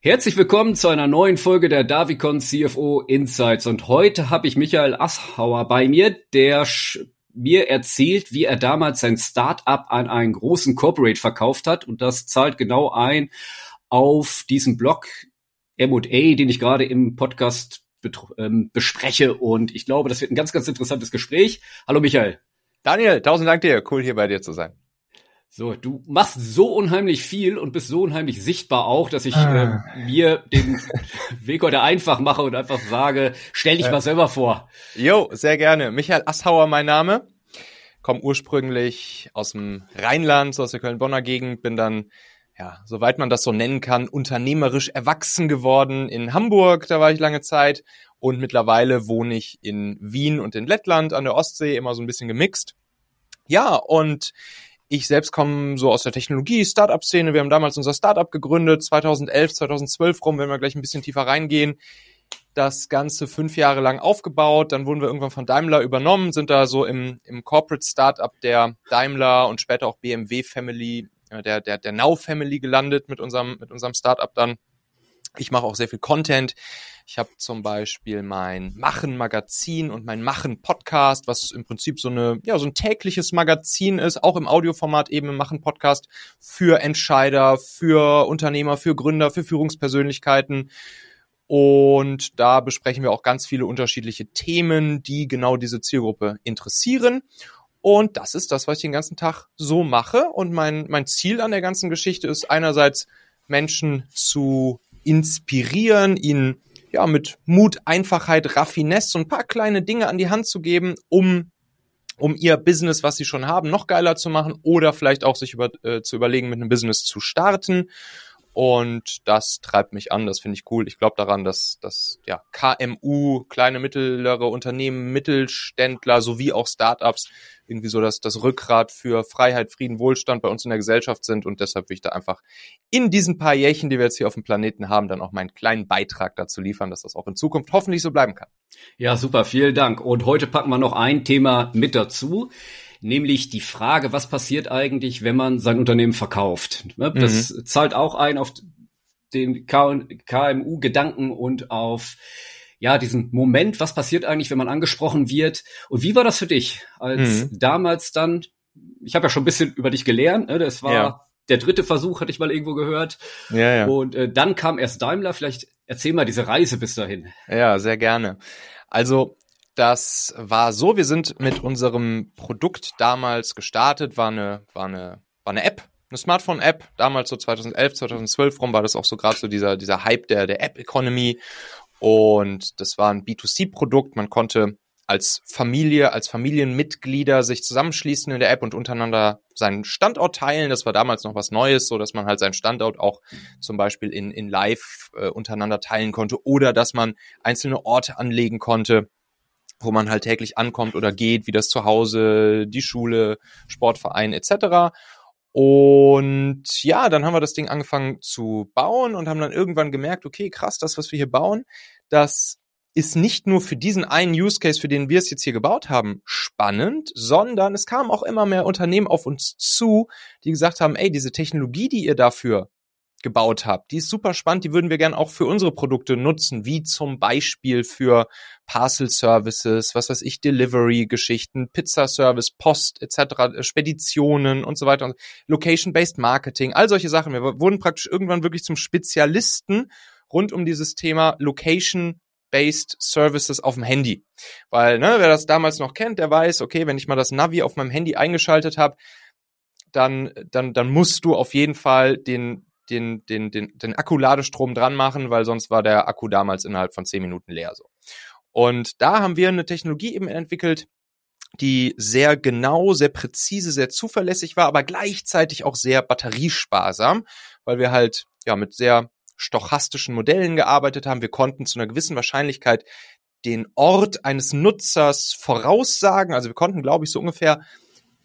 Herzlich willkommen zu einer neuen Folge der Davicon CFO Insights. Und heute habe ich Michael Asshauer bei mir, der mir erzählt, wie er damals sein Startup an einen großen Corporate verkauft hat. Und das zahlt genau ein auf diesen Blog M&A, den ich gerade im Podcast bespreche. Und ich glaube, das wird ein ganz, ganz interessantes Gespräch. Hallo Michael. Daniel, 1000 Dank dir. Cool, hier bei dir zu sein. So, du machst so unheimlich viel und bist so unheimlich sichtbar auch, dass ich mir den Weg heute einfach mache und einfach sage, stell dich mal selber vor. Jo, sehr gerne. Michael Asshauer mein Name. Komme ursprünglich aus dem Rheinland, so aus der Köln-Bonner Gegend, bin dann, ja, soweit man das so nennen kann, unternehmerisch erwachsen geworden in Hamburg, da war ich lange Zeit. Und mittlerweile wohne ich in Wien und in Lettland an der Ostsee, immer so ein bisschen gemixt. Ja, und ich selbst komme so aus der Technologie-Startup-Szene. Wir haben damals unser Startup gegründet, 2011, 2012 rum, wenn wir gleich ein bisschen tiefer reingehen. Das Ganze 5 Jahre lang aufgebaut. Dann wurden wir irgendwann von Daimler übernommen, sind da so im Corporate-Startup der Daimler und später auch BMW-Family, der Now-Family gelandet mit unserem Startup dann. Ich mache auch sehr viel Content. Ich habe zum Beispiel mein Machen-Magazin und mein Machen-Podcast, was im Prinzip so ein tägliches Magazin ist, auch im Audioformat eben im Machen-Podcast für Entscheider, für Unternehmer, für Gründer, für Führungspersönlichkeiten. Und da besprechen wir auch ganz viele unterschiedliche Themen, die genau diese Zielgruppe interessieren. Und das ist das, was ich den ganzen Tag so mache. Und mein Ziel an der ganzen Geschichte ist einerseits, Menschen zu inspirieren, ihnen ja mit Mut, Einfachheit, Raffinesse so ein paar kleine Dinge an die Hand zu geben, um ihr Business, was sie schon haben, noch geiler zu machen oder vielleicht auch sich zu überlegen, mit einem Business zu starten. Und das treibt mich an, das finde ich cool. Ich glaube daran, dass KMU, kleine, mittlere Unternehmen, Mittelständler sowie auch Startups irgendwie so das Rückgrat für Freiheit, Frieden, Wohlstand bei uns in der Gesellschaft sind. Und deshalb will ich da einfach in diesen paar Jährchen, die wir jetzt hier auf dem Planeten haben, dann auch meinen kleinen Beitrag dazu liefern, dass das auch in Zukunft hoffentlich so bleiben kann. Ja, super, vielen Dank. Und heute packen wir noch ein Thema mit dazu. Nämlich die Frage, was passiert eigentlich, wenn man sein Unternehmen verkauft? Das zahlt auch ein auf den KMU-Gedanken und auf diesen Moment, was passiert eigentlich, wenn man angesprochen wird? Und wie war das für dich, als damals dann, ich habe ja schon ein bisschen über dich gelernt, ne? Das war der 3. Versuch, hatte ich mal irgendwo gehört. Ja. Und dann kam erst Daimler. Vielleicht erzähl mal diese Reise bis dahin. Ja, sehr gerne. Also das war so, wir sind mit unserem Produkt damals gestartet, war eine App, eine Smartphone-App, damals so 2011, 2012 rum war das auch so gerade so dieser Hype der App-Economy und das war ein B2C-Produkt, man konnte als Familie, als Familienmitglieder sich zusammenschließen in der App und untereinander seinen Standort teilen. Das war damals noch was Neues, so dass man halt seinen Standort auch zum Beispiel in Live untereinander teilen konnte oder dass man einzelne Orte anlegen konnte, wo man halt täglich ankommt oder geht, wie das Zuhause, die Schule, Sportverein etc. Und ja, dann haben wir das Ding angefangen zu bauen und haben dann irgendwann gemerkt, okay, krass, das, was wir hier bauen, das ist nicht nur für diesen einen Use Case, für den wir es jetzt hier gebaut haben, spannend, sondern es kamen auch immer mehr Unternehmen auf uns zu, die gesagt haben, ey, diese Technologie, die ihr dafür gebaut habt, die ist super spannend, die würden wir gern auch für unsere Produkte nutzen, wie zum Beispiel für Parcel Services, was weiß ich, Delivery-Geschichten, Pizza-Service, Post etc., Speditionen und so weiter, Location-Based Marketing, all solche Sachen. Wir wurden praktisch irgendwann wirklich zum Spezialisten rund um dieses Thema Location-Based Services auf dem Handy. Weil, wer das damals noch kennt, der weiß, okay, wenn ich mal das Navi auf meinem Handy eingeschaltet habe, dann musst du auf jeden Fall den Akkuladestrom dran machen, weil sonst war der Akku damals innerhalb von 10 Minuten leer so. Und da haben wir eine Technologie eben entwickelt, die sehr genau, sehr präzise, sehr zuverlässig war, aber gleichzeitig auch sehr batteriesparsam, weil wir halt mit sehr stochastischen Modellen gearbeitet haben. Wir konnten zu einer gewissen Wahrscheinlichkeit den Ort eines Nutzers voraussagen. Also wir konnten, glaube ich, so ungefähr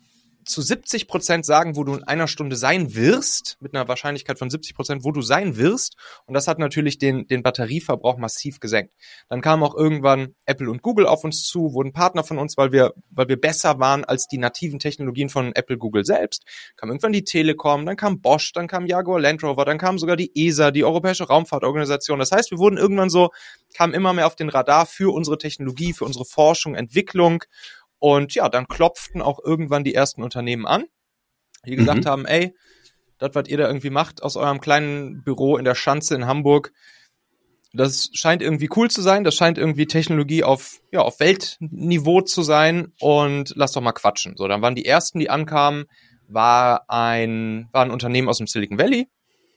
zu 70% sagen, wo du in einer Stunde sein wirst, mit einer Wahrscheinlichkeit von 70%, wo du sein wirst. Und das hat natürlich den Batterieverbrauch massiv gesenkt. Dann kamen auch irgendwann Apple und Google auf uns zu, wurden Partner von uns, weil wir besser waren als die nativen Technologien von Apple, Google selbst. Kam irgendwann die Telekom, dann kam Bosch, dann kam Jaguar Land Rover, dann kam sogar die ESA, die Europäische Raumfahrtorganisation. Das heißt, wir wurden irgendwann kamen immer mehr auf den Radar für unsere Technologie, für unsere Forschung, Entwicklung. Und ja, dann klopften auch irgendwann die ersten Unternehmen an, die gesagt haben, ey, das, was ihr da irgendwie macht aus eurem kleinen Büro in der Schanze in Hamburg, das scheint irgendwie cool zu sein, das scheint irgendwie Technologie auf Weltniveau zu sein und lasst doch mal quatschen. So, dann waren die ersten, die ankamen, war ein Unternehmen aus dem Silicon Valley,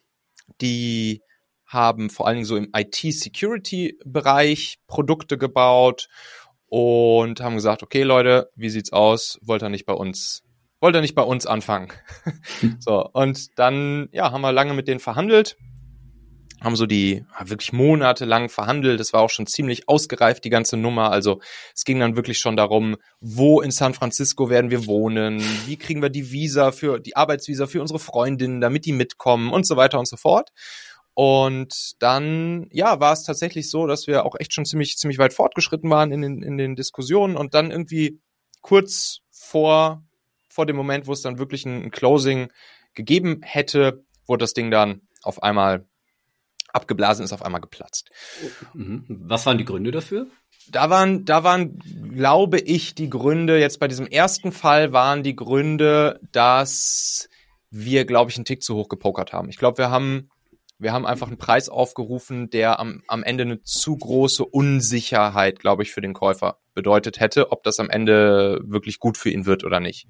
die haben vor allen Dingen so im IT-Security-Bereich Produkte gebaut und haben gesagt, okay Leute, wie sieht's aus? Wollt ihr nicht bei uns anfangen? So, und dann, haben wir lange mit denen verhandelt, haben wirklich monatelang verhandelt. Das war auch schon ziemlich ausgereift, die ganze Nummer. Also es ging dann wirklich schon darum, wo in San Francisco werden wir wohnen? Wie kriegen wir die Arbeitsvisa für unsere Freundinnen, damit die mitkommen und so weiter und so fort. Und dann, war es tatsächlich so, dass wir auch echt schon ziemlich weit fortgeschritten waren in den Diskussionen und dann irgendwie kurz vor dem Moment, wo es dann wirklich ein Closing gegeben hätte, wurde das Ding dann auf einmal abgeblasen, ist auf einmal geplatzt. Was waren die Gründe dafür? Da waren, glaube ich, die Gründe, jetzt bei diesem ersten Fall waren die Gründe, dass wir, glaube ich, einen Tick zu hoch gepokert haben. Ich glaube, wir haben einfach einen Preis aufgerufen, der am Ende eine zu große Unsicherheit, glaube ich, für den Käufer bedeutet hätte, ob das am Ende wirklich gut für ihn wird oder nicht.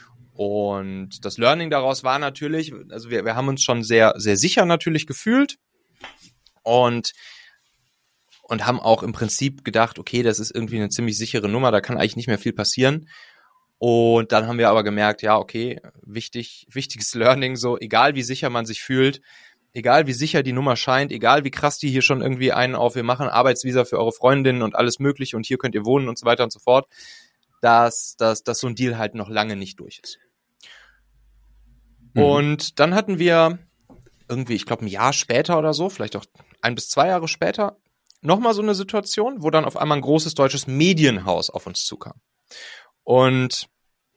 Und das Learning daraus war natürlich, also wir haben uns schon sehr, sehr sicher natürlich gefühlt und haben auch im Prinzip gedacht, okay, das ist irgendwie eine ziemlich sichere Nummer, da kann eigentlich nicht mehr viel passieren. Und dann haben wir aber gemerkt, ja, okay, wichtiges Learning, so egal wie sicher man sich fühlt, egal wie sicher die Nummer scheint, egal wie krass die hier schon irgendwie wir machen Arbeitsvisa für eure Freundinnen und alles mögliche und hier könnt ihr wohnen und so weiter und so fort, dass so ein Deal halt noch lange nicht durch ist. Und dann hatten wir irgendwie, ich glaube, ein Jahr später oder so, vielleicht auch 1 bis 2 Jahre später, nochmal so eine Situation, wo dann auf einmal ein großes deutsches Medienhaus auf uns zukam. Und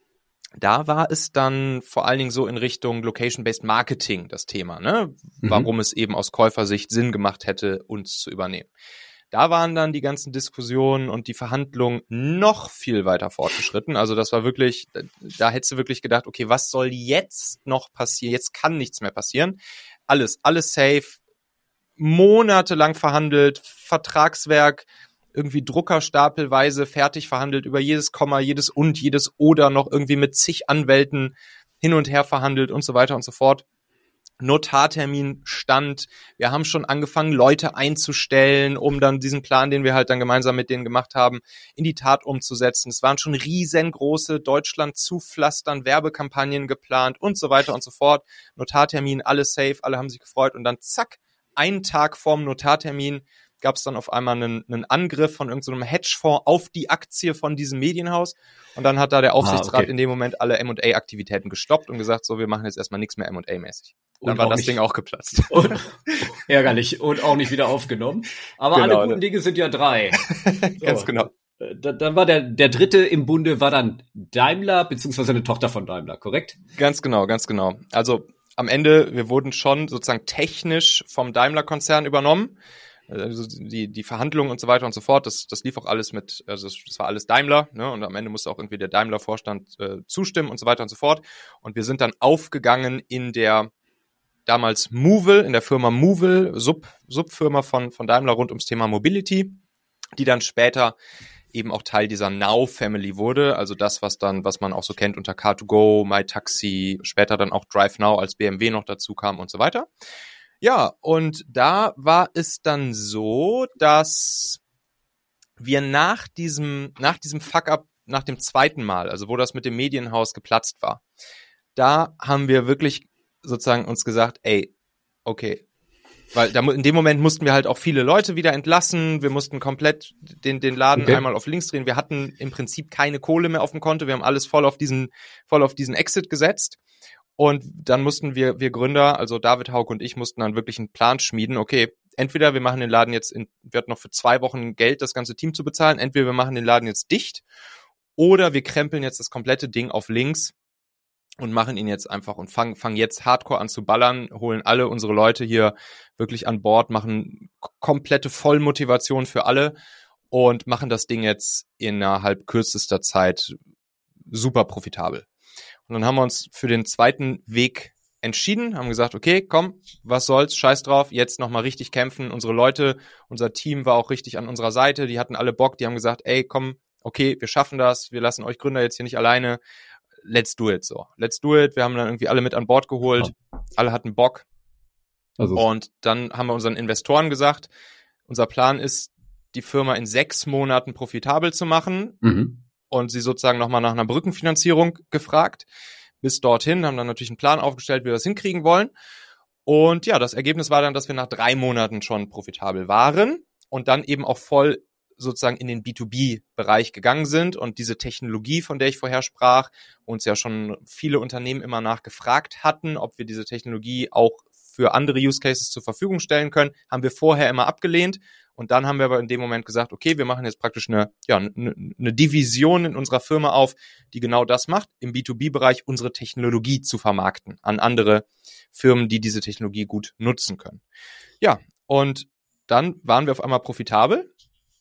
da war es dann vor allen Dingen so in Richtung Location-Based Marketing das Thema, ne? Warum es eben aus Käufersicht Sinn gemacht hätte, uns zu übernehmen. Da waren dann die ganzen Diskussionen und die Verhandlungen noch viel weiter fortgeschritten. Also das war wirklich, da hättest du wirklich gedacht, okay, was soll jetzt noch passieren? Jetzt kann nichts mehr passieren. Alles safe, monatelang verhandelt, Vertragswerk, irgendwie druckerstapelweise fertig verhandelt, über jedes Komma, jedes und, jedes oder noch irgendwie mit zig Anwälten hin und her verhandelt und so weiter und so fort. Notartermin stand, wir haben schon angefangen, Leute einzustellen, um dann diesen Plan, den wir halt dann gemeinsam mit denen gemacht haben, in die Tat umzusetzen. Es waren schon riesengroße Deutschland zupflastern, Werbekampagnen geplant und so weiter und so fort. Notartermin, alles safe, alle haben sich gefreut und dann zack, einen Tag vorm Notartermin gab es dann auf einmal einen Angriff von irgendeinem Hedgefonds auf die Aktie von diesem Medienhaus und dann hat da der Aufsichtsrat in dem Moment alle M&A-Aktivitäten gestoppt und gesagt, so, wir machen jetzt erstmal nichts mehr M&A-mäßig. Dann war das Ding auch geplatzt. Und, ärgerlich und auch nicht wieder aufgenommen. Aber genau, alle guten Dinge sind ja 3. So. Ganz genau. Dann war der dritte im Bunde war dann Daimler, beziehungsweise eine Tochter von Daimler, korrekt? Ganz genau. Also am Ende, wir wurden schon sozusagen technisch vom Daimler-Konzern übernommen. Also die Verhandlungen und so weiter und so fort, das lief auch alles das war alles Daimler, ne? Und am Ende musste auch irgendwie der Daimler-Vorstand zustimmen und so weiter und so fort. Und wir sind dann aufgegangen in der damals Movil, in der Firma Movil, Subfirma von Daimler rund ums Thema Mobility, die dann später eben auch Teil dieser Now-Family wurde, also das, was man auch so kennt unter Car2Go, MyTaxi, später dann auch DriveNow, als BMW noch dazu kam und so weiter. Ja, und da war es dann so, dass wir nach diesem Fuck-up, nach dem zweiten Mal, also wo das mit dem Medienhaus geplatzt war, da haben wir wirklich sozusagen uns gesagt, ey, okay, Weil in dem Moment mussten wir halt auch viele Leute wieder entlassen. Wir mussten komplett den Laden einmal auf links drehen. Wir hatten im Prinzip keine Kohle mehr auf dem Konto. Wir haben alles voll auf diesen Exit gesetzt. Und dann mussten wir Gründer, also David, Hauke und ich, mussten dann wirklich einen Plan schmieden. Okay, entweder wir machen den Laden jetzt, wir hatten noch für 2 Wochen Geld, das ganze Team zu bezahlen. Entweder wir machen den Laden jetzt dicht oder wir krempeln jetzt das komplette Ding auf links und machen ihn jetzt einfach und fangen jetzt hardcore an zu ballern, holen alle unsere Leute hier wirklich an Bord, machen komplette Vollmotivation für alle und machen das Ding jetzt innerhalb kürzester Zeit super profitabel. Und dann haben wir uns für den zweiten Weg entschieden, haben gesagt, okay, komm, was soll's, scheiß drauf, jetzt nochmal richtig kämpfen. Unsere Leute, unser Team war auch richtig an unserer Seite, die hatten alle Bock, die haben gesagt, ey, komm, okay, wir schaffen das, wir lassen euch Gründer jetzt hier nicht alleine. Let's do it, so. Let's do it. Wir haben dann irgendwie alle mit an Bord geholt. Alle hatten Bock. Und dann haben wir unseren Investoren gesagt, unser Plan ist, die Firma in 6 Monaten profitabel zu machen. Und sie sozusagen nochmal nach einer Brückenfinanzierung gefragt. Bis dorthin haben dann natürlich einen Plan aufgestellt, wie wir das hinkriegen wollen. Und ja, das Ergebnis war dann, dass wir nach 3 Monaten schon profitabel waren und dann eben auch voll sozusagen in den B2B-Bereich gegangen sind und diese Technologie, von der ich vorher sprach, uns ja schon viele Unternehmen immer nachgefragt hatten, ob wir diese Technologie auch für andere Use Cases zur Verfügung stellen können, haben wir vorher immer abgelehnt und dann haben wir aber in dem Moment gesagt, okay, wir machen jetzt praktisch eine Division in unserer Firma auf, die genau das macht, im B2B-Bereich unsere Technologie zu vermarkten an andere Firmen, die diese Technologie gut nutzen können. Ja, und dann waren wir auf einmal profitabel.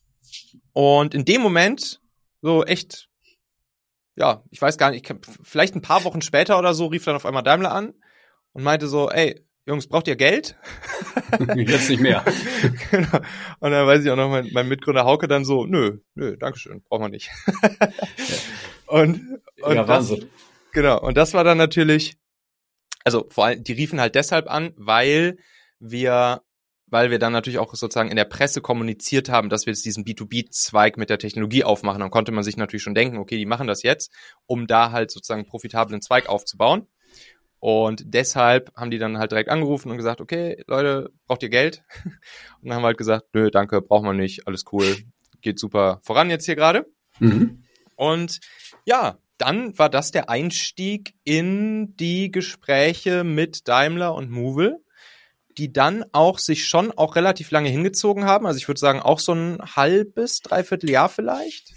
Und in dem Moment, so echt, ja, ich weiß gar nicht, vielleicht ein paar Wochen später oder so, rief dann auf einmal Daimler an und meinte so, ey, Jungs, braucht ihr Geld? Jetzt nicht mehr. Genau. Und dann weiß ich auch noch, mein Mitgründer Hauke dann so, nö, dankeschön, brauchen wir nicht. und ja, Wahnsinn. Genau, und das war dann natürlich, also vor allem, die riefen halt deshalb an, weil wir dann natürlich auch sozusagen in der Presse kommuniziert haben, dass wir jetzt diesen B2B-Zweig mit der Technologie aufmachen. Dann konnte man sich natürlich schon denken, okay, die machen das jetzt, um da halt sozusagen einen profitablen Zweig aufzubauen. Und deshalb haben die dann halt direkt angerufen und gesagt, okay, Leute, braucht ihr Geld? Und dann haben wir halt gesagt, nö, danke, brauchen wir nicht, alles cool, geht super voran jetzt hier gerade. Und ja, dann war das der Einstieg in die Gespräche mit Daimler und Movil, die dann auch sich schon auch relativ lange hingezogen haben. Also ich würde sagen, auch so ein halbes, 3/4 Jahr vielleicht.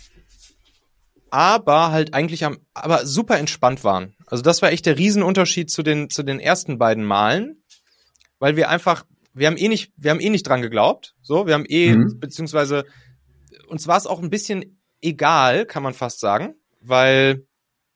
Aber halt eigentlich aber super entspannt waren. Also das war echt der Riesenunterschied zu den ersten beiden Malen. Weil wir haben eh nicht dran geglaubt. So, wir haben beziehungsweise, uns war es auch ein bisschen egal, kann man fast sagen. Weil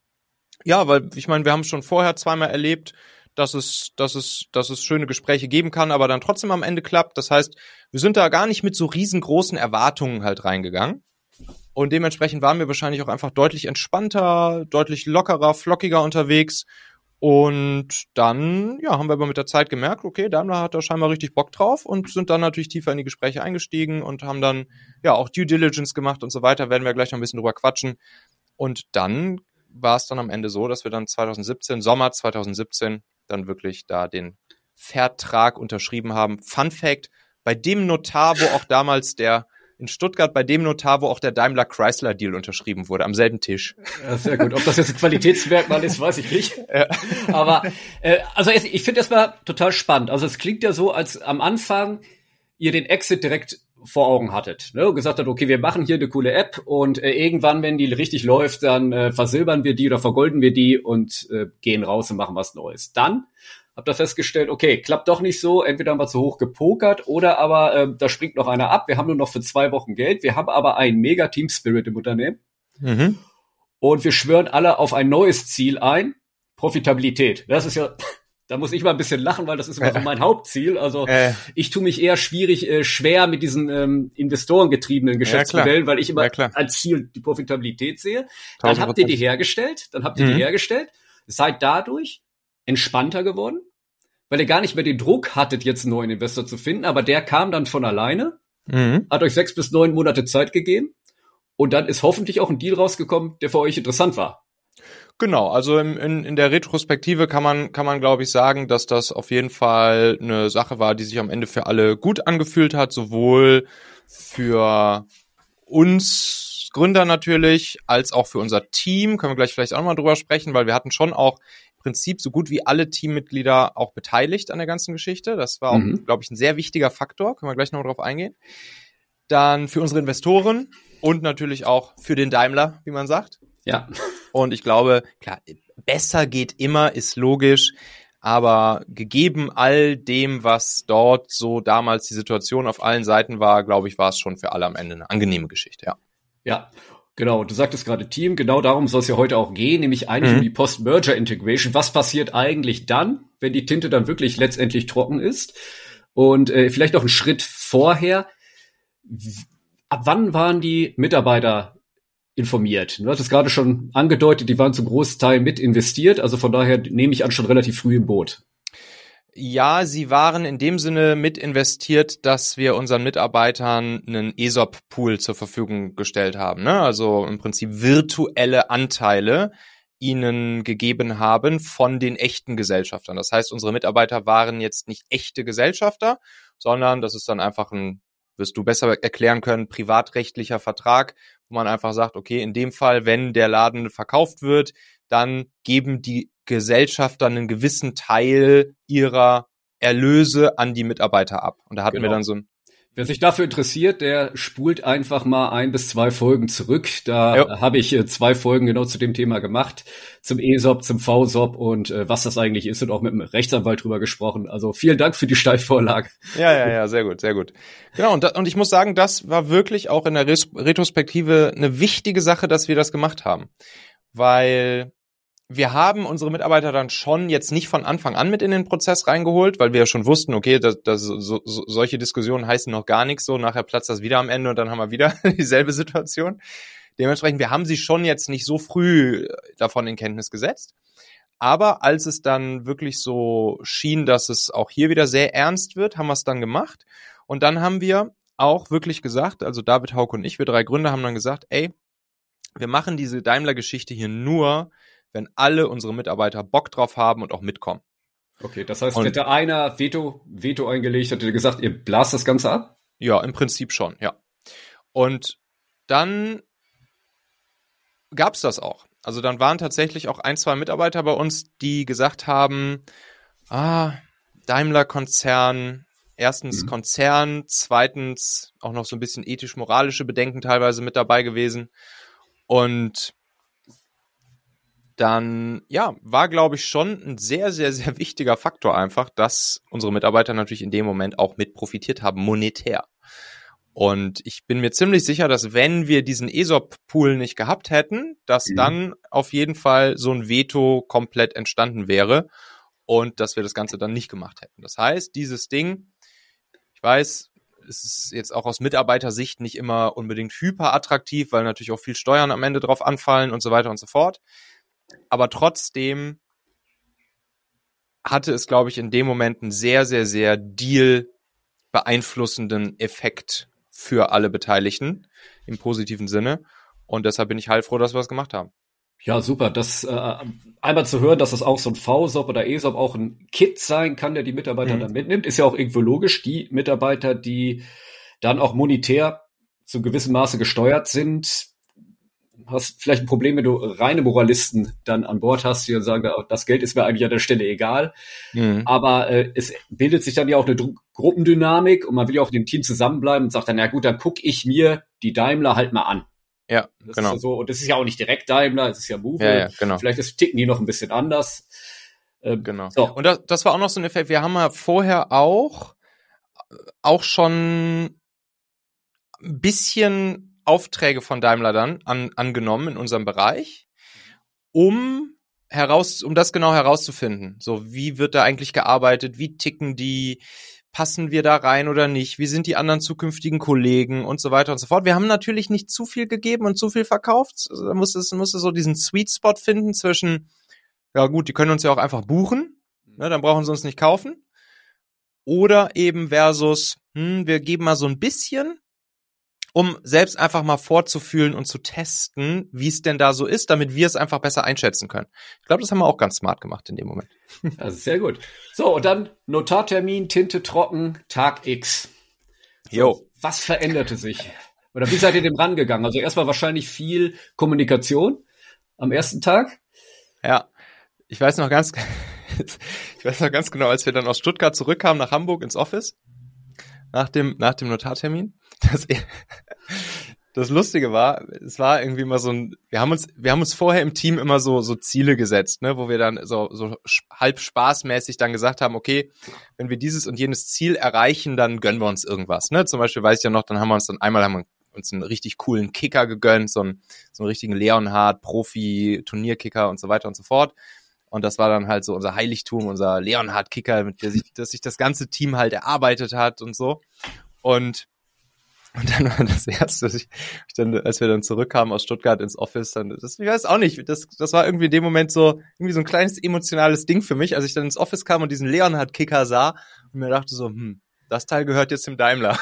ich meine, wir haben schon vorher zweimal erlebt, dass es schöne Gespräche geben kann, aber dann trotzdem am Ende klappt. Das heißt, wir sind da gar nicht mit so riesengroßen Erwartungen halt reingegangen. Und dementsprechend waren wir wahrscheinlich auch einfach deutlich entspannter, deutlich lockerer, flockiger unterwegs. Und dann, ja, haben wir aber mit der Zeit gemerkt, okay, Daimler hat da scheinbar richtig Bock drauf und sind dann natürlich tiefer in die Gespräche eingestiegen und haben dann, ja, auch Due Diligence gemacht und so weiter. Werden wir gleich noch ein bisschen drüber quatschen. Und dann war es dann am Ende so, dass wir dann Sommer 2017, dann wirklich da den Vertrag unterschrieben haben. Fun Fact, bei dem Notar, wo auch damals in Stuttgart, bei dem Notar, wo auch der Daimler-Chrysler-Deal unterschrieben wurde, am selben Tisch. Ja, sehr gut. Ob das jetzt ein Qualitätsmerkmal ist, weiß ich nicht. Ja. Aber also ich finde das mal total spannend. Also es klingt ja so, als am Anfang ihr den Exit direkt vor Augen hattet, ne? Und gesagt habt, okay, wir machen hier eine coole App und irgendwann, wenn die richtig läuft, dann versilbern wir die oder vergolden wir die und gehen raus und machen was Neues. Dann habt ihr festgestellt, okay, klappt doch nicht so, entweder haben wir zu hoch gepokert oder aber da springt noch einer ab, wir haben nur noch für 2 Wochen Geld, wir haben aber einen mega Team-Spirit im Unternehmen und wir schwören alle auf ein neues Ziel ein, Profitabilität. Das ist ja... Da muss ich mal ein bisschen lachen, weil das ist immer so mein Hauptziel. Also ich tue mich eher schwer mit diesen investorengetriebenen Geschäftsmodellen, weil ich immer als Ziel die Profitabilität sehe. Dann habt ihr die hergestellt, seid dadurch entspannter geworden, weil ihr gar nicht mehr den Druck hattet, jetzt einen neuen Investor zu finden, aber der kam dann von alleine, hat euch 6 bis 9 Monate Zeit gegeben und dann ist hoffentlich auch ein Deal rausgekommen, der für euch interessant war. Genau, also in der Retrospektive kann man glaube ich sagen, dass das auf jeden Fall eine Sache war, die sich am Ende für alle gut angefühlt hat, sowohl für uns Gründer natürlich, als auch für unser Team. Können wir gleich vielleicht auch nochmal drüber sprechen, weil wir hatten schon auch im Prinzip so gut wie alle Teammitglieder auch beteiligt an der ganzen Geschichte. Das war auch, glaube ich, ein sehr wichtiger Faktor. Können wir gleich noch drauf eingehen. Dann für unsere Investoren und natürlich auch für den Daimler, wie man sagt. Ja. Und ich glaube, klar, besser geht immer, ist logisch. Aber gegeben all dem, was dort so damals die Situation auf allen Seiten war, glaube ich, war es schon für alle am Ende eine angenehme Geschichte, ja. Ja, genau. Du sagtest gerade Team. Genau darum soll es ja heute auch gehen, nämlich eigentlich um die Post-Merger-Integration. Was passiert eigentlich dann, wenn die Tinte dann wirklich letztendlich trocken ist? Und vielleicht auch einen Schritt vorher. Ab wann waren die Mitarbeiter informiert? Du hast es gerade schon angedeutet, die waren zum Großteil mit investiert, also von daher nehme ich an, schon relativ früh im Boot. Ja, sie waren in dem Sinne mit investiert, dass wir unseren Mitarbeitern einen ESOP-Pool zur Verfügung gestellt haben, ne? Also im Prinzip virtuelle Anteile ihnen gegeben haben von den echten Gesellschaftern. Das heißt, unsere Mitarbeiter waren jetzt nicht echte Gesellschafter, sondern das ist dann einfach wirst du besser erklären können, privatrechtlicher Vertrag, wo man einfach sagt, okay, in dem Fall, wenn der Laden verkauft wird, dann geben die Gesellschafter einen gewissen Teil ihrer Erlöse an die Mitarbeiter ab. Und da hatten wir dann so ein... Wer sich dafür interessiert, der spult einfach mal 1 bis 2 Folgen zurück. Da habe ich 2 Folgen genau zu dem Thema gemacht, zum ESOP, zum VSOP und was das eigentlich ist und auch mit dem Rechtsanwalt drüber gesprochen. Also vielen Dank für die Steilvorlage. Ja, sehr gut, sehr gut. Genau, und ich muss sagen, das war wirklich auch in der Retrospektive eine wichtige Sache, dass wir das gemacht haben. Weil wir haben unsere Mitarbeiter dann schon jetzt nicht von Anfang an mit in den Prozess reingeholt, weil wir ja schon wussten, okay, solche Diskussionen heißen noch gar nichts, so nachher platzt das wieder am Ende und dann haben wir wieder dieselbe Situation. Dementsprechend, wir haben sie schon jetzt nicht so früh davon in Kenntnis gesetzt. Aber als es dann wirklich so schien, dass es auch hier wieder sehr ernst wird, haben wir es dann gemacht. Und dann haben wir auch wirklich gesagt, also David, Hauke und ich, wir 3 Gründer haben dann gesagt, ey, wir machen diese Daimler-Geschichte hier nur, wenn alle unsere Mitarbeiter Bock drauf haben und auch mitkommen. Okay, das heißt, hätte einer Veto eingelegt, hätte gesagt, ihr blast das Ganze ab? Ja, im Prinzip schon, ja. Und dann gab's das auch. Also dann waren tatsächlich auch 1, 2 Mitarbeiter bei uns, die gesagt haben, Daimler-Konzern, erstens Konzern, zweitens auch noch so ein bisschen ethisch-moralische Bedenken teilweise mit dabei gewesen. Und dann, ja, war, glaube ich, schon ein sehr, sehr, sehr wichtiger Faktor einfach, dass unsere Mitarbeiter natürlich in dem Moment auch mit profitiert haben, monetär. Und ich bin mir ziemlich sicher, dass wenn wir diesen ESOP-Pool nicht gehabt hätten, dass dann auf jeden Fall so ein Veto komplett entstanden wäre und dass wir das Ganze dann nicht gemacht hätten. Das heißt, dieses Ding, ich weiß, es ist jetzt auch aus Mitarbeitersicht nicht immer unbedingt hyperattraktiv, weil natürlich auch viel Steuern am Ende drauf anfallen und so weiter und so fort. Aber trotzdem hatte es, glaube ich, in dem Moment einen sehr, sehr, sehr deal-beeinflussenden Effekt für alle Beteiligten im positiven Sinne. Und deshalb bin ich heilfroh, dass wir es gemacht haben. Ja, super. Das einmal zu hören, dass das auch so ein VSOP oder ESOP auch ein Kit sein kann, der die Mitarbeiter dann mitnimmt, ist ja auch irgendwo logisch. Die Mitarbeiter, die dann auch monetär zu gewissem Maße gesteuert sind, hast vielleicht ein Problem, wenn du reine Moralisten dann an Bord hast, die dann sagen, das Geld ist mir eigentlich an der Stelle egal. Aber es bildet sich dann ja auch eine Gruppendynamik und man will ja auch in dem Team zusammenbleiben und sagt dann, ja gut, dann gucke ich mir die Daimler halt mal an. Ja, das genau. Ist ja so, und das ist ja auch nicht direkt Daimler, es ist ja Move. Ja, genau. Vielleicht ticken die noch ein bisschen anders. Genau. So. Und das war auch noch so ein Effekt. Wir haben ja vorher auch schon ein bisschen Aufträge von Daimler dann angenommen in unserem Bereich, um das genau herauszufinden. So, wie wird da eigentlich gearbeitet? Wie ticken die? Passen wir da rein oder nicht? Wie sind die anderen zukünftigen Kollegen und so weiter und so fort? Wir haben natürlich nicht zu viel gegeben und zu viel verkauft. Also, da musste so diesen Sweet Spot finden zwischen, ja gut, die können uns ja auch einfach buchen, ne, dann brauchen sie uns nicht kaufen. Oder eben versus, wir geben mal so ein bisschen, um selbst einfach mal vorzufühlen und zu testen, wie es denn da so ist, damit wir es einfach besser einschätzen können. Ich glaube, das haben wir auch ganz smart gemacht in dem Moment. Also sehr gut. So, und dann Notartermin, Tinte trocken, Tag X. So, was veränderte sich? Oder wie seid ihr dem rangegangen? Also erstmal wahrscheinlich viel Kommunikation am ersten Tag. Ja, ich weiß noch ganz genau, als wir dann aus Stuttgart zurückkamen nach Hamburg ins Office, nach dem Notartermin, das Lustige war, es war irgendwie immer so wir haben uns vorher im Team immer so Ziele gesetzt, ne, wo wir dann so halb spaßmäßig dann gesagt haben, okay, wenn wir dieses und jenes Ziel erreichen, dann gönnen wir uns irgendwas, ne, zum Beispiel weiß ich ja noch, dann haben wir uns einen richtig coolen Kicker gegönnt, so einen richtigen Leonhard, Profi, Turnierkicker und so weiter und so fort. Und das war dann halt so unser Heiligtum, unser Leonhard-Kicker, mit das sich das ganze Team halt erarbeitet hat und so. Und dann war das Erste, als wir dann zurückkamen aus Stuttgart ins Office, ich weiß auch nicht, das war irgendwie in dem Moment so ein kleines emotionales Ding für mich, als ich dann ins Office kam und diesen Leonhard-Kicker sah und mir dachte so, das Teil gehört jetzt dem Daimler.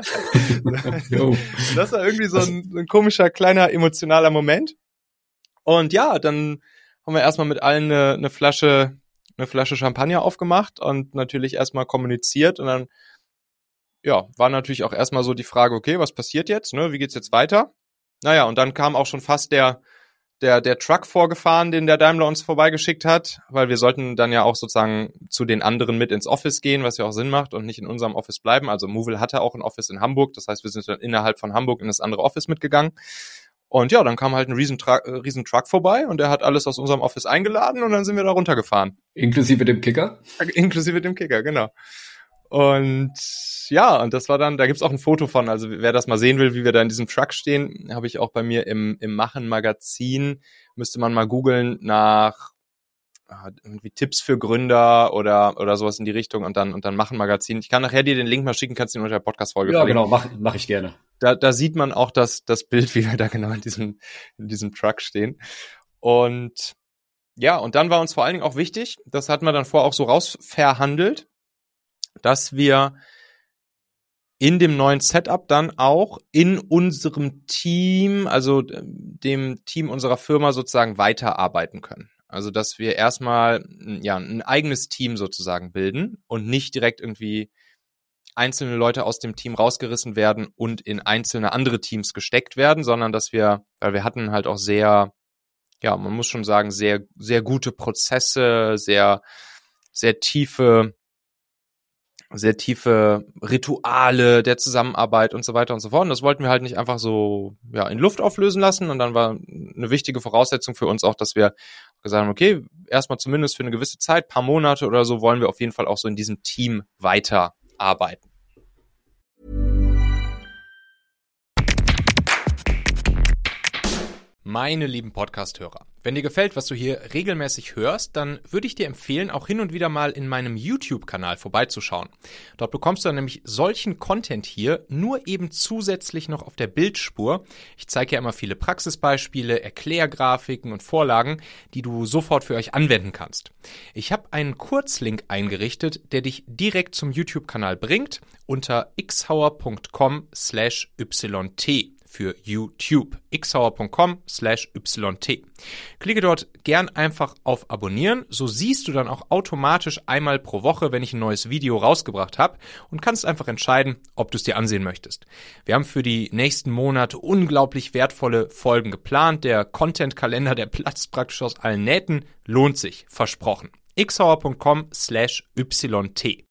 Das war irgendwie so ein komischer, kleiner, emotionaler Moment. Und ja, dann haben wir erstmal mit allen eine Flasche Champagner aufgemacht und natürlich erstmal kommuniziert und dann war natürlich auch erstmal so die Frage, okay, was passiert jetzt, ne, wie geht's jetzt weiter? Naja, und dann kam auch schon fast der Truck vorgefahren, den der Daimler uns vorbeigeschickt hat, weil wir sollten dann ja auch sozusagen zu den anderen mit ins Office gehen, was ja auch Sinn macht und nicht in unserem Office bleiben. Also Movil hatte auch ein Office in Hamburg, das heißt, wir sind dann innerhalb von Hamburg in das andere Office mitgegangen. Und ja, dann kam halt ein riesen Truck vorbei und der hat alles aus unserem Office eingeladen und dann sind wir da runtergefahren. Inklusive dem Kicker? Inklusive dem Kicker, genau. Und ja, und das war dann, da gibt's auch ein Foto von, also wer das mal sehen will, wie wir da in diesem Truck stehen, habe ich auch bei mir im Machen-Magazin, müsste man mal googeln nach irgendwie Tipps für Gründer oder sowas in die Richtung und dann Machen-Magazin. Ich kann nachher dir den Link mal schicken, kannst du ihn unter der Podcast-Folge verlinken. Ja, genau, mach ich gerne. Da sieht man auch das Bild, wie wir da genau in diesem Truck stehen. Und ja, und dann war uns vor allen Dingen auch wichtig, das hatten wir dann vorher auch so rausverhandelt, dass wir in dem neuen Setup dann auch in unserem Team, also dem Team unserer Firma sozusagen weiterarbeiten können. Also dass wir erstmal ein eigenes Team sozusagen bilden und nicht direkt irgendwie einzelne Leute aus dem Team rausgerissen werden und in einzelne andere Teams gesteckt werden, sondern dass weil wir hatten halt auch sehr, man muss schon sagen, sehr, sehr gute Prozesse, sehr, sehr tiefe Rituale der Zusammenarbeit und so weiter und so fort. Und das wollten wir halt nicht einfach so in Luft auflösen lassen. Und dann war eine wichtige Voraussetzung für uns auch, dass wir gesagt haben, okay, erstmal zumindest für eine gewisse Zeit, paar Monate oder so, wollen wir auf jeden Fall auch so in diesem Team weiterarbeiten. Meine lieben Podcast-Hörer, wenn dir gefällt, was du hier regelmäßig hörst, dann würde ich dir empfehlen, auch hin und wieder mal in meinem YouTube-Kanal vorbeizuschauen. Dort bekommst du dann nämlich solchen Content hier nur eben zusätzlich noch auf der Bildspur. Ich zeige ja immer viele Praxisbeispiele, Erklärgrafiken und Vorlagen, die du sofort für euch anwenden kannst. Ich habe einen Kurzlink eingerichtet, der dich direkt zum YouTube-Kanal bringt unter xhauer.com/yt. für YouTube. xhauer.com/yt. Klicke dort gern einfach auf Abonnieren, so siehst du dann auch automatisch einmal pro Woche, wenn ich ein neues Video rausgebracht habe und kannst einfach entscheiden, ob du es dir ansehen möchtest. Wir haben für die nächsten Monate unglaublich wertvolle Folgen geplant. Der Content-Kalender, der platzt praktisch aus allen Nähten, lohnt sich, versprochen. xhauer.com/yt.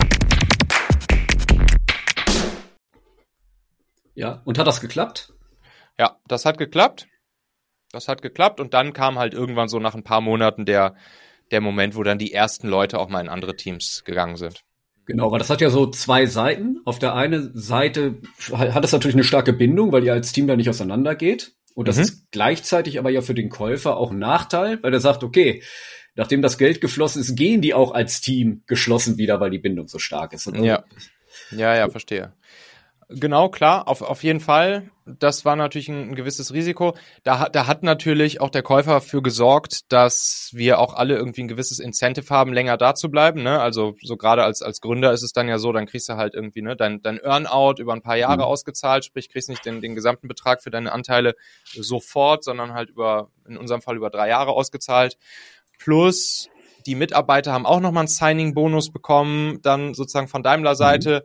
Ja, und hat das geklappt? Ja, das hat geklappt. Und dann kam halt irgendwann so nach ein paar Monaten der Moment, wo dann die ersten Leute auch mal in andere Teams gegangen sind. Genau, aber das hat ja so zwei Seiten. Auf der einen Seite hat es natürlich eine starke Bindung, weil ihr als Team da nicht auseinandergeht. Und das ist gleichzeitig aber ja für den Käufer auch ein Nachteil, weil er sagt, okay, nachdem das Geld geflossen ist, gehen die auch als Team geschlossen wieder, weil die Bindung so stark ist. Ja, verstehe. Genau, klar, auf jeden Fall. Das war natürlich ein gewisses Risiko. Da hat natürlich auch der Käufer für gesorgt, dass wir auch alle irgendwie ein gewisses Incentive haben, länger da zu bleiben. Ne? Also so gerade als Gründer ist es dann ja so, dann kriegst du halt irgendwie dein Earn-out über ein paar Jahre ausgezahlt, sprich kriegst nicht den gesamten Betrag für deine Anteile sofort, sondern halt in unserem Fall über 3 Jahre ausgezahlt. Plus die Mitarbeiter haben auch nochmal einen Signing-Bonus bekommen, dann sozusagen von Daimler-Seite,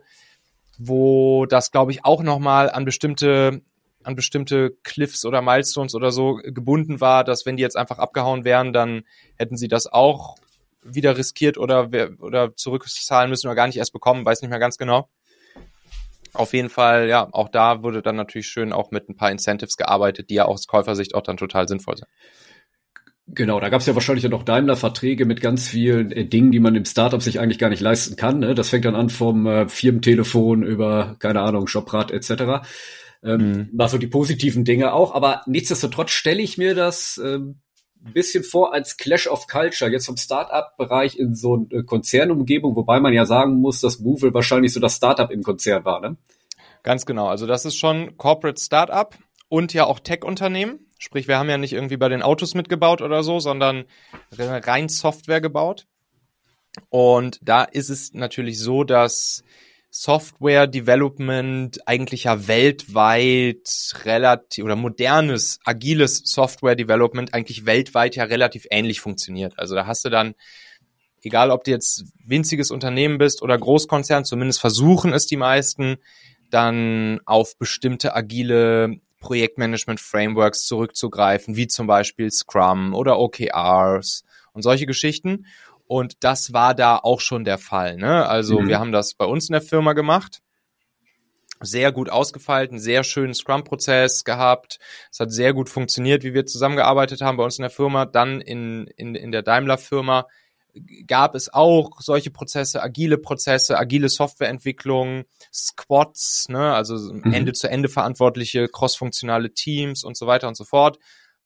wo das, glaube ich, auch nochmal an bestimmte Cliffs oder Milestones oder so gebunden war, dass wenn die jetzt einfach abgehauen wären, dann hätten sie das auch wieder riskiert oder zurückzahlen müssen oder gar nicht erst bekommen, weiß nicht mehr ganz genau. Auf jeden Fall, ja, auch da wurde dann natürlich schön auch mit ein paar Incentives gearbeitet, die ja aus Käufersicht auch dann total sinnvoll sind. Genau, da gab es ja wahrscheinlich auch noch Daimler-Verträge mit ganz vielen Dingen, die man im Startup sich eigentlich gar nicht leisten kann. Ne? Das fängt dann an vom Firmentelefon über, keine Ahnung, Jobrad etc. Mal so die positiven Dinge auch. Aber nichtsdestotrotz stelle ich mir das ein bisschen vor als Clash of Culture, jetzt vom Startup-Bereich in so eine Konzernumgebung, wobei man ja sagen muss, dass Movil wahrscheinlich so das Startup im Konzern war, ne? Ganz genau, also das ist schon Corporate Startup und ja auch Tech-Unternehmen. Sprich, wir haben ja nicht irgendwie bei den Autos mitgebaut oder so, sondern rein Software gebaut. Und da ist es natürlich so, dass Software Development eigentlich ja weltweit relativ oder modernes, agiles Software Development eigentlich weltweit ja relativ ähnlich funktioniert. Also da hast du dann, egal ob du jetzt winziges Unternehmen bist oder Großkonzern, zumindest versuchen es die meisten, dann auf bestimmte agile Projektmanagement-Frameworks zurückzugreifen, wie zum Beispiel Scrum oder OKRs und solche Geschichten. Und das war da auch schon der Fall, ne? Also wir haben das bei uns in der Firma gemacht, sehr gut ausgefeilt, einen sehr schönen Scrum-Prozess gehabt. Es hat sehr gut funktioniert, wie wir zusammengearbeitet haben bei uns in der Firma. Dann in der Daimler-Firma gab es auch solche Prozesse, agile Softwareentwicklung, Squads, ne, also Ende zu Ende verantwortliche crossfunktionale Teams und so weiter und so fort.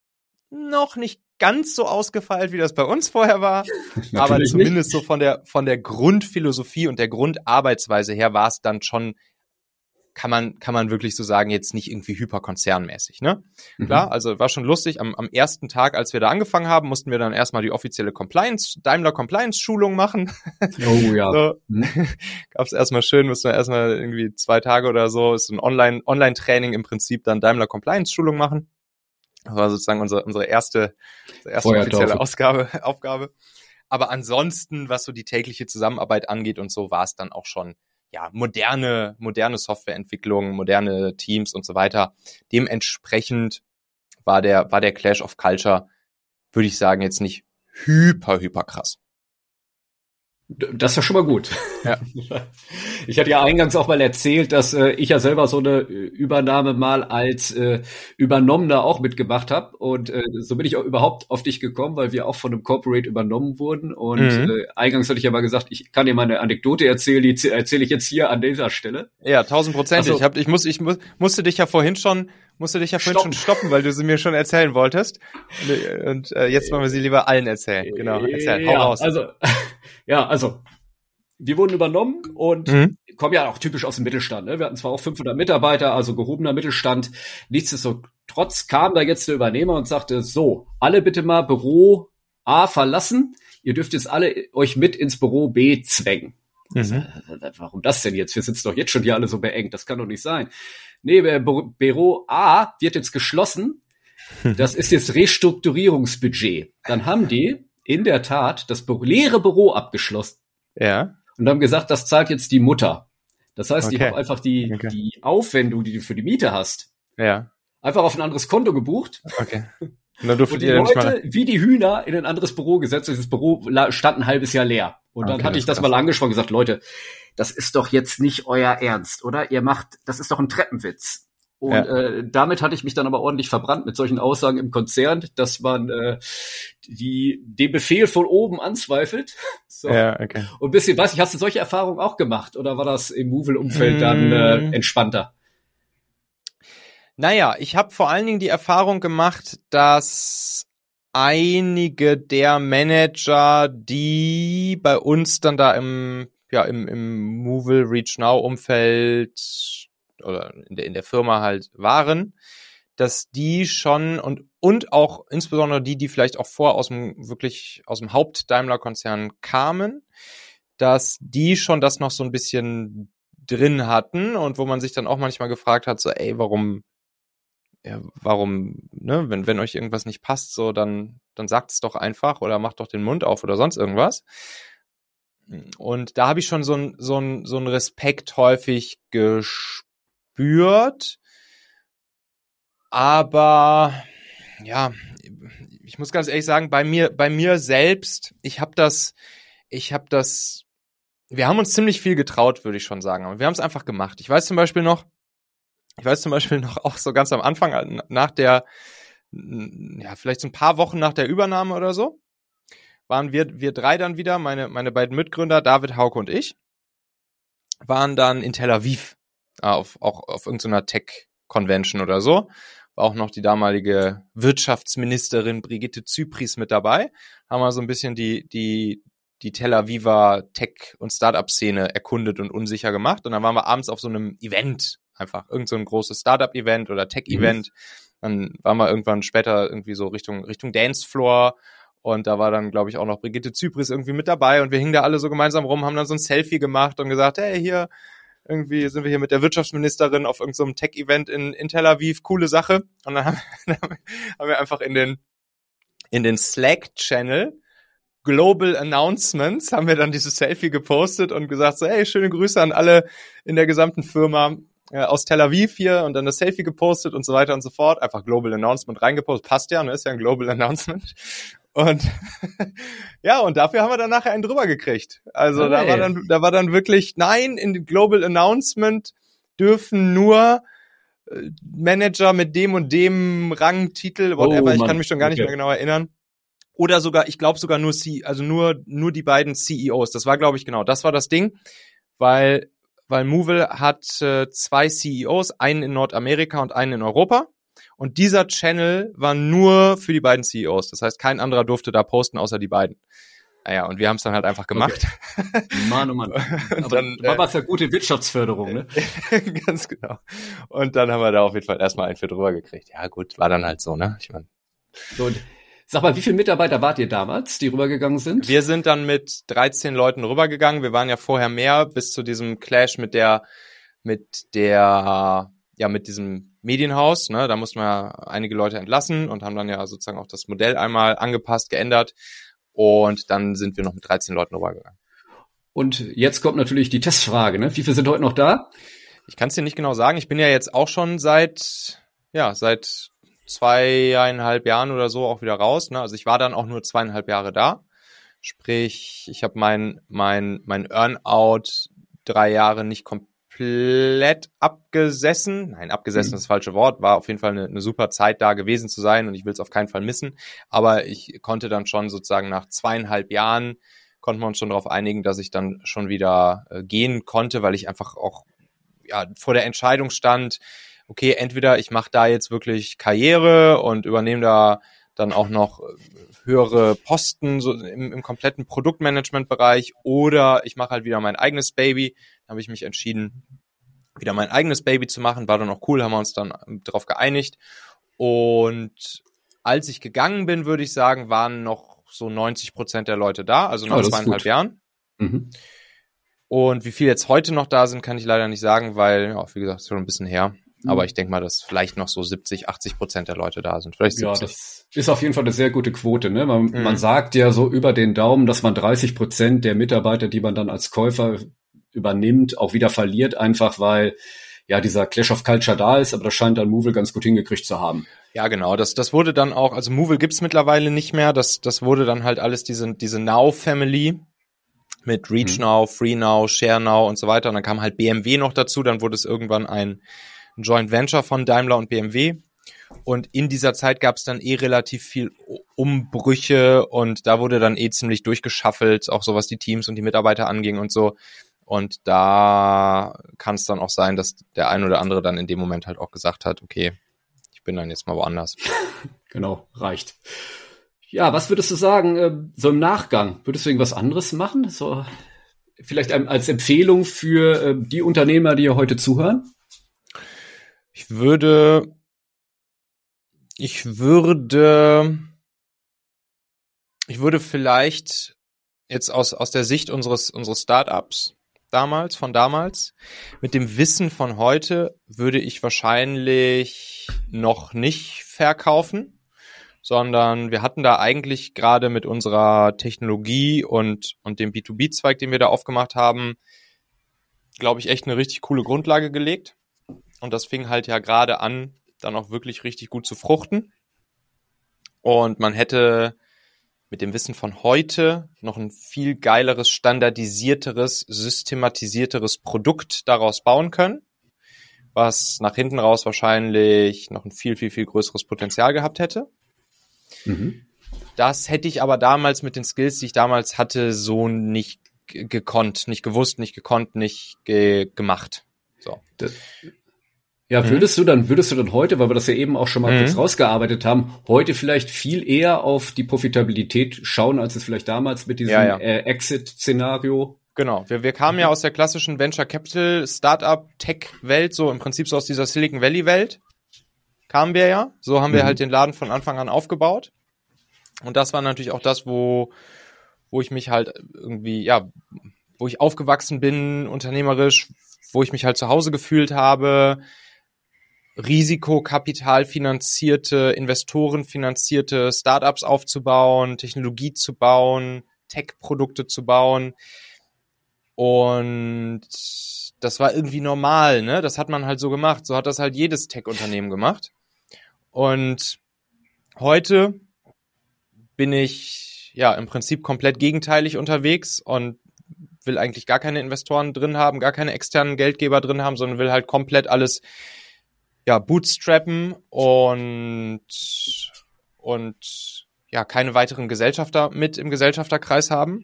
Noch nicht ganz so ausgefeilt, wie das bei uns vorher war, aber zumindest nicht. So von der Grundphilosophie und der Grundarbeitsweise her war es dann schon, kann man wirklich so sagen, jetzt nicht irgendwie hyperkonzernmäßig, ne? Klar, also war schon lustig. Am ersten Tag, als wir da angefangen haben, mussten wir dann erstmal die offizielle Daimler Compliance-Schulung machen. Oh ja. So. Gab's erstmal schön, mussten wir erstmal irgendwie 2 Tage oder so, ist ein Online-Training im Prinzip, dann Daimler Compliance-Schulung machen. Das war sozusagen unsere erste offizielle Aufgabe. Aber ansonsten, was so die tägliche Zusammenarbeit angeht und so, war es dann auch schon ja, moderne Softwareentwicklung, moderne Teams und so weiter. Dementsprechend war der Clash of Culture, würde ich sagen, jetzt nicht hyper krass. Das ist ja schon mal gut. Ja. Ich hatte ja eingangs auch mal erzählt, dass ich ja selber so eine Übernahme mal als Übernommener auch mitgemacht habe. Und so bin ich auch überhaupt auf dich gekommen, weil wir auch von einem Corporate übernommen wurden. Und eingangs hatte ich ja mal gesagt, ich kann dir mal eine Anekdote erzählen, die erzähle ich jetzt hier an dieser Stelle. Ja, 1000%. Also, ich musste dich ja vorhin schon stoppen, weil du sie mir schon erzählen wolltest. Und jetzt wollen wir sie lieber allen erzählen. Genau, erzähl, hau raus. Also, wir wurden übernommen und kommen ja auch typisch aus dem Mittelstand. Ne? Wir hatten zwar auch 500 Mitarbeiter, also gehobener Mittelstand. Nichtsdestotrotz kam da jetzt der Übernehmer und sagte, so, alle bitte mal Büro A verlassen. Ihr dürft jetzt alle euch mit ins Büro B zwängen. Warum das denn jetzt? Wir sitzen doch jetzt schon hier alle so beengt. Das kann doch nicht sein. Nee, Büro A wird jetzt geschlossen. Das ist jetzt Restrukturierungsbudget. Dann haben die in der Tat das leere Büro abgeschlossen. Ja. Und haben gesagt, das zahlt jetzt die Mutter. Das heißt, die haben einfach die Aufwendung, die du für die Miete hast, einfach auf ein anderes Konto gebucht. Okay. Und dann durftet ihr die Leute wie die Hühner in ein anderes Büro gesetzt. Dieses Büro stand ein halbes Jahr leer. Und dann hatte ich das mal angesprochen und gesagt, Leute, das ist doch jetzt nicht euer Ernst, oder? Das ist doch ein Treppenwitz. Und damit hatte ich mich dann aber ordentlich verbrannt mit solchen Aussagen im Konzern, dass man den Befehl von oben anzweifelt. So. Ja, okay. Und ein bisschen, hast du solche Erfahrungen auch gemacht? Oder war das im Movil-Umfeld dann entspannter? Naja, ich habe vor allen Dingen die Erfahrung gemacht, dass einige der Manager, die bei uns dann da im Movil Reach Now Umfeld oder in der Firma halt waren, dass die schon und auch insbesondere die vielleicht auch aus dem Haupt-Daimler-Konzern kamen, dass die schon das noch so ein bisschen drin hatten und wo man sich dann auch manchmal gefragt hat, so, ey, warum, ne, wenn euch irgendwas nicht passt, so, dann sagt es doch einfach oder macht doch den Mund auf oder sonst irgendwas. Und da habe ich schon so einen Respekt häufig gespürt. Aber ja, ich muss ganz ehrlich sagen, bei mir selbst, wir haben uns ziemlich viel getraut, würde ich schon sagen. Aber wir haben es einfach gemacht. Ich weiß zum Beispiel noch auch so ganz am Anfang, vielleicht so ein paar Wochen nach der Übernahme oder so, waren wir drei dann wieder, meine beiden Mitgründer, David, Hauke und ich, waren dann in Tel Aviv, auf irgendeiner Tech-Convention oder so. War auch noch die damalige Wirtschaftsministerin Brigitte Zypries mit dabei. Haben wir so ein bisschen die Tel Aviver Tech- und Startup-Szene erkundet und unsicher gemacht. Und dann waren wir abends auf so einem Event, einfach irgend so ein großes Startup-Event oder Tech-Event. Dann waren wir irgendwann später irgendwie so Richtung Dancefloor. Und da war dann, glaube ich, auch noch Brigitte Zypries irgendwie mit dabei. Und wir hingen da alle so gemeinsam rum, haben dann so ein Selfie gemacht und gesagt, hey, hier, irgendwie sind wir hier mit der Wirtschaftsministerin auf irgendeinem Tech-Event in Tel Aviv, coole Sache. Und dann haben wir einfach in den Slack-Channel Global Announcements haben wir dann dieses Selfie gepostet und gesagt so, hey, schöne Grüße an alle in der gesamten Firma aus Tel Aviv hier und dann das Selfie gepostet und so weiter und so fort. Einfach Global Announcement reingepostet. Passt ja, ne? Ist ja ein Global Announcement. Und ja, und dafür haben wir dann nachher einen drüber gekriegt. Also da war dann wirklich, nein, in dem Global Announcement dürfen nur Manager mit dem und dem Rang, Titel, whatever, ich kann mich schon gar nicht mehr genau erinnern. Oder sogar, ich glaube sogar nur nur die beiden CEOs. Das war, glaube ich, genau, das war das Ding, weil Movil hat 2 CEOs, einen in Nordamerika und einen in Europa. Und dieser Channel war nur für die beiden CEOs. Das heißt, kein anderer durfte da posten, außer die beiden. Naja, und wir haben es dann halt einfach gemacht. Okay. Mann, oh Mann. Aber dann war was für gute Wirtschaftsförderung, ne? Ganz genau. Und dann haben wir da auf jeden Fall erstmal einen für drüber gekriegt. Ja gut, war dann halt so, ne? Ich meine. So, und sag mal, wie viele Mitarbeiter wart ihr damals, die rübergegangen sind? Wir sind dann mit 13 Leuten rübergegangen. Wir waren ja vorher mehr, bis zu diesem Clash mit diesem Medienhaus, ne, da mussten wir einige Leute entlassen und haben dann ja sozusagen auch das Modell einmal angepasst, geändert und dann sind wir noch mit 13 Leuten rübergegangen. Und jetzt kommt natürlich die Testfrage, ne? Wie viele sind heute noch da? Ich kann es dir nicht genau sagen. Ich bin ja jetzt auch schon seit 2,5 Jahren oder so auch wieder raus, ne? Also ich war dann auch nur 2,5 Jahre da. Sprich, ich habe mein Earnout 3 Jahre nicht komplett abgesessen. Nein, abgesessen ist das falsche Wort. War auf jeden Fall eine super Zeit da gewesen zu sein und ich will es auf keinen Fall missen. Aber ich konnte dann schon sozusagen nach 2,5 Jahren konnten wir uns schon darauf einigen, dass ich dann schon wieder gehen konnte, weil ich einfach auch vor der Entscheidung stand, okay, entweder ich mache da jetzt wirklich Karriere und übernehme da dann auch noch höhere Posten so im kompletten Produktmanagement-Bereich oder ich mache halt wieder mein eigenes Baby. Dann habe ich mich entschieden, wieder mein eigenes Baby zu machen. War dann auch cool, haben wir uns dann darauf geeinigt. Und als ich gegangen bin, würde ich sagen, waren noch so 90% der Leute da, also nach 2,5 Jahren. Mhm. Und wie viel jetzt heute noch da sind, kann ich leider nicht sagen, weil, wie gesagt, ist schon ein bisschen her. Aber ich denke mal, dass vielleicht noch so 70-80% der Leute da sind. Vielleicht 70. Ja, das ist auf jeden Fall eine sehr gute Quote, ne? Man sagt ja so über den Daumen, dass man 30% der Mitarbeiter, die man dann als Käufer übernimmt, auch wieder verliert, einfach weil ja dieser Clash of Culture da ist, aber das scheint dann Movil ganz gut hingekriegt zu haben. Ja, genau. Das wurde dann auch, also Movil gibt's mittlerweile nicht mehr. Das wurde dann halt alles diese Now-Family mit ReachNow, FreeNow, ShareNow und so weiter. Und dann kam halt BMW noch dazu. Dann wurde es irgendwann ein Joint Venture von Daimler und BMW. Und in dieser Zeit gab es dann relativ viel Umbrüche und da wurde dann ziemlich durchgeschaffelt, auch so was die Teams und die Mitarbeiter anging und so. Und da kann es dann auch sein, dass der ein oder andere dann in dem Moment halt auch gesagt hat, okay, ich bin dann jetzt mal woanders. Genau, reicht. Ja, was würdest du sagen, so im Nachgang? Würdest du irgendwas anderes machen? So vielleicht als Empfehlung für die Unternehmer, die hier heute zuhören? Ich würde vielleicht jetzt aus der Sicht unseres Startups damals, mit dem Wissen von heute würde ich wahrscheinlich noch nicht verkaufen, sondern wir hatten da eigentlich gerade mit unserer Technologie und dem B2B-Zweig, den wir da aufgemacht haben, glaube ich, echt eine richtig coole Grundlage gelegt. Und das fing halt ja gerade an, dann auch wirklich richtig gut zu fruchten. Und man hätte mit dem Wissen von heute noch ein viel geileres, standardisierteres, systematisierteres Produkt daraus bauen können, was nach hinten raus wahrscheinlich noch ein viel, viel, viel größeres Potenzial gehabt hätte. Mhm. Das hätte ich aber damals mit den Skills, die ich damals hatte, so nicht gekonnt, nicht gewusst, nicht gekonnt, nicht gemacht. So. Ja, würdest du dann heute, weil wir das ja eben auch schon mal kurz rausgearbeitet haben, heute vielleicht viel eher auf die Profitabilität schauen, als es vielleicht damals mit diesem Exit-Szenario? Genau, wir kamen ja aus der klassischen Venture Capital, Startup, Tech-Welt, so im Prinzip so aus dieser Silicon Valley-Welt kamen wir ja. So haben wir halt den Laden von Anfang an aufgebaut. Und das war natürlich auch das, wo ich mich halt irgendwie, wo ich aufgewachsen bin, unternehmerisch, wo ich mich halt zu Hause gefühlt habe, risikokapitalfinanzierte, investorenfinanzierte Startups aufzubauen, Technologie zu bauen, Tech-Produkte zu bauen. Und das war irgendwie normal, ne? Das hat man halt so gemacht. So hat das halt jedes Tech-Unternehmen gemacht. Und heute bin ich im Prinzip komplett gegenteilig unterwegs und will eigentlich gar keine Investoren drin haben, gar keine externen Geldgeber drin haben, sondern will halt komplett alles bootstrappen und keine weiteren Gesellschafter mit im Gesellschafterkreis haben.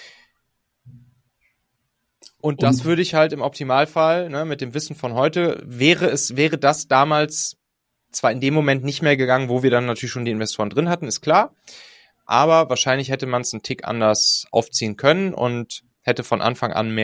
Und das würde ich halt im Optimalfall, ne, mit dem Wissen von heute, wäre das damals zwar in dem Moment nicht mehr gegangen, wo wir dann natürlich schon die Investoren drin hatten, ist klar, aber wahrscheinlich hätte man es einen Tick anders aufziehen können und hätte von Anfang an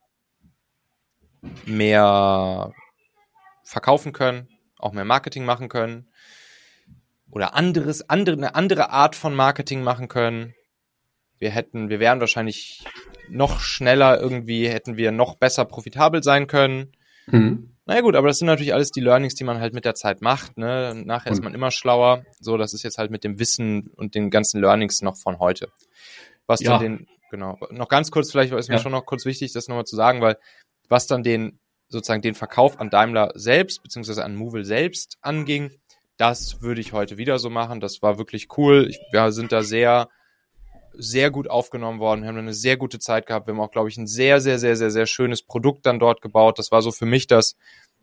mehr verkaufen können, auch mehr Marketing machen können oder eine andere Art von Marketing machen können. Wir wären wahrscheinlich noch schneller irgendwie, hätten wir noch besser profitabel sein können. Naja gut, aber das sind natürlich alles die Learnings, die man halt mit der Zeit macht, ne? Nachher ist man immer schlauer. So, das ist jetzt halt mit dem Wissen und den ganzen Learnings noch von heute. Was dann noch ganz kurz, vielleicht ist mir schon noch kurz wichtig, das nochmal zu sagen, weil was dann den Verkauf an Daimler selbst, beziehungsweise an Movil selbst anging, das würde ich heute wieder so machen. Das war wirklich cool. Wir sind da sehr, sehr gut aufgenommen worden. Wir haben eine sehr gute Zeit gehabt. Wir haben auch, glaube ich, ein sehr, sehr, sehr, sehr, sehr schönes Produkt dann dort gebaut. Das war so für mich das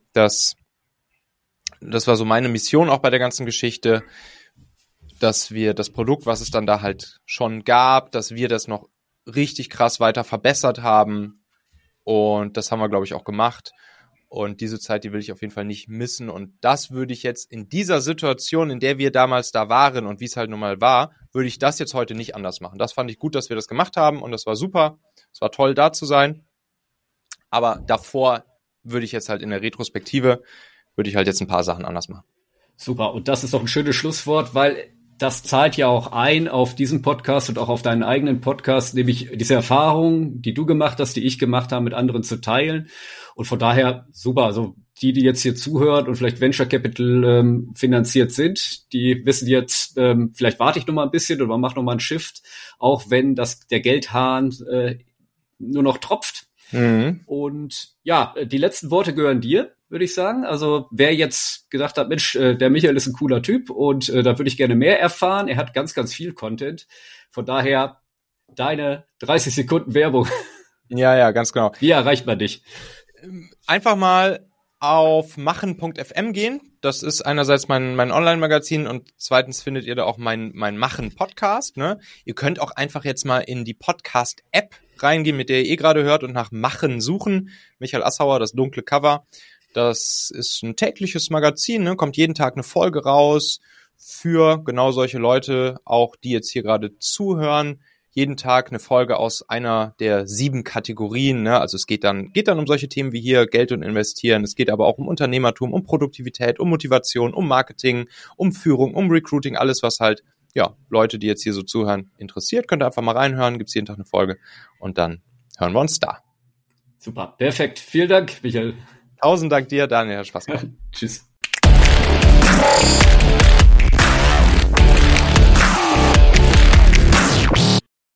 war so meine Mission auch bei der ganzen Geschichte, dass wir das Produkt, was es dann da halt schon gab, dass wir das noch richtig krass weiter verbessert haben. Und das haben wir, glaube ich, auch gemacht. Und diese Zeit, die will ich auf jeden Fall nicht missen. Und das würde ich jetzt in dieser Situation, in der wir damals da waren und wie es halt nun mal war, würde ich das jetzt heute nicht anders machen. Das fand ich gut, dass wir das gemacht haben und das war super. Es war toll, da zu sein. Aber davor würde ich jetzt halt in der Retrospektive, würde ich halt jetzt ein paar Sachen anders machen. Super. Und das ist doch ein schönes Schlusswort, weil das zahlt ja auch ein auf diesen Podcast und auch auf deinen eigenen Podcast, nämlich diese Erfahrung, die du gemacht hast, die ich gemacht habe, mit anderen zu teilen. Und von daher super. Also die jetzt hier zuhören und vielleicht Venture Capital finanziert sind, die wissen jetzt, vielleicht warte ich noch mal ein bisschen oder mache noch mal einen Shift, auch wenn der Geldhahn nur noch tropft. Und die letzten Worte gehören dir, würde ich sagen. Also wer jetzt gedacht hat, Mensch, der Michael ist ein cooler Typ und da würde ich gerne mehr erfahren. Er hat ganz, ganz viel Content. Von daher deine 30 Sekunden Werbung. Ja, ganz genau. Wie erreicht man dich? Einfach mal auf machen.fm gehen. Das ist einerseits mein Online-Magazin und zweitens findet ihr da auch mein Machen-Podcast. Ne? Ihr könnt auch einfach jetzt mal in die Podcast-App reingehen, mit der ihr gerade hört und nach Machen suchen. Michael Assauer, das dunkle Cover. Das ist ein tägliches Magazin, ne? Kommt jeden Tag eine Folge raus für genau solche Leute, auch die jetzt hier gerade zuhören, jeden Tag eine Folge aus einer der 7 Kategorien. Ne? Also es geht dann um solche Themen wie hier Geld und Investieren. Es geht aber auch um Unternehmertum, um Produktivität, um Motivation, um Marketing, um Führung, um Recruiting, alles, was halt Leute, die jetzt hier so zuhören, interessiert. Könnt ihr einfach mal reinhören, gibt's jeden Tag eine Folge und dann hören wir uns da. Super, perfekt. Vielen Dank, Michael. 1000 Dank dir, Daniel, hat Spaß gemacht. Tschüss.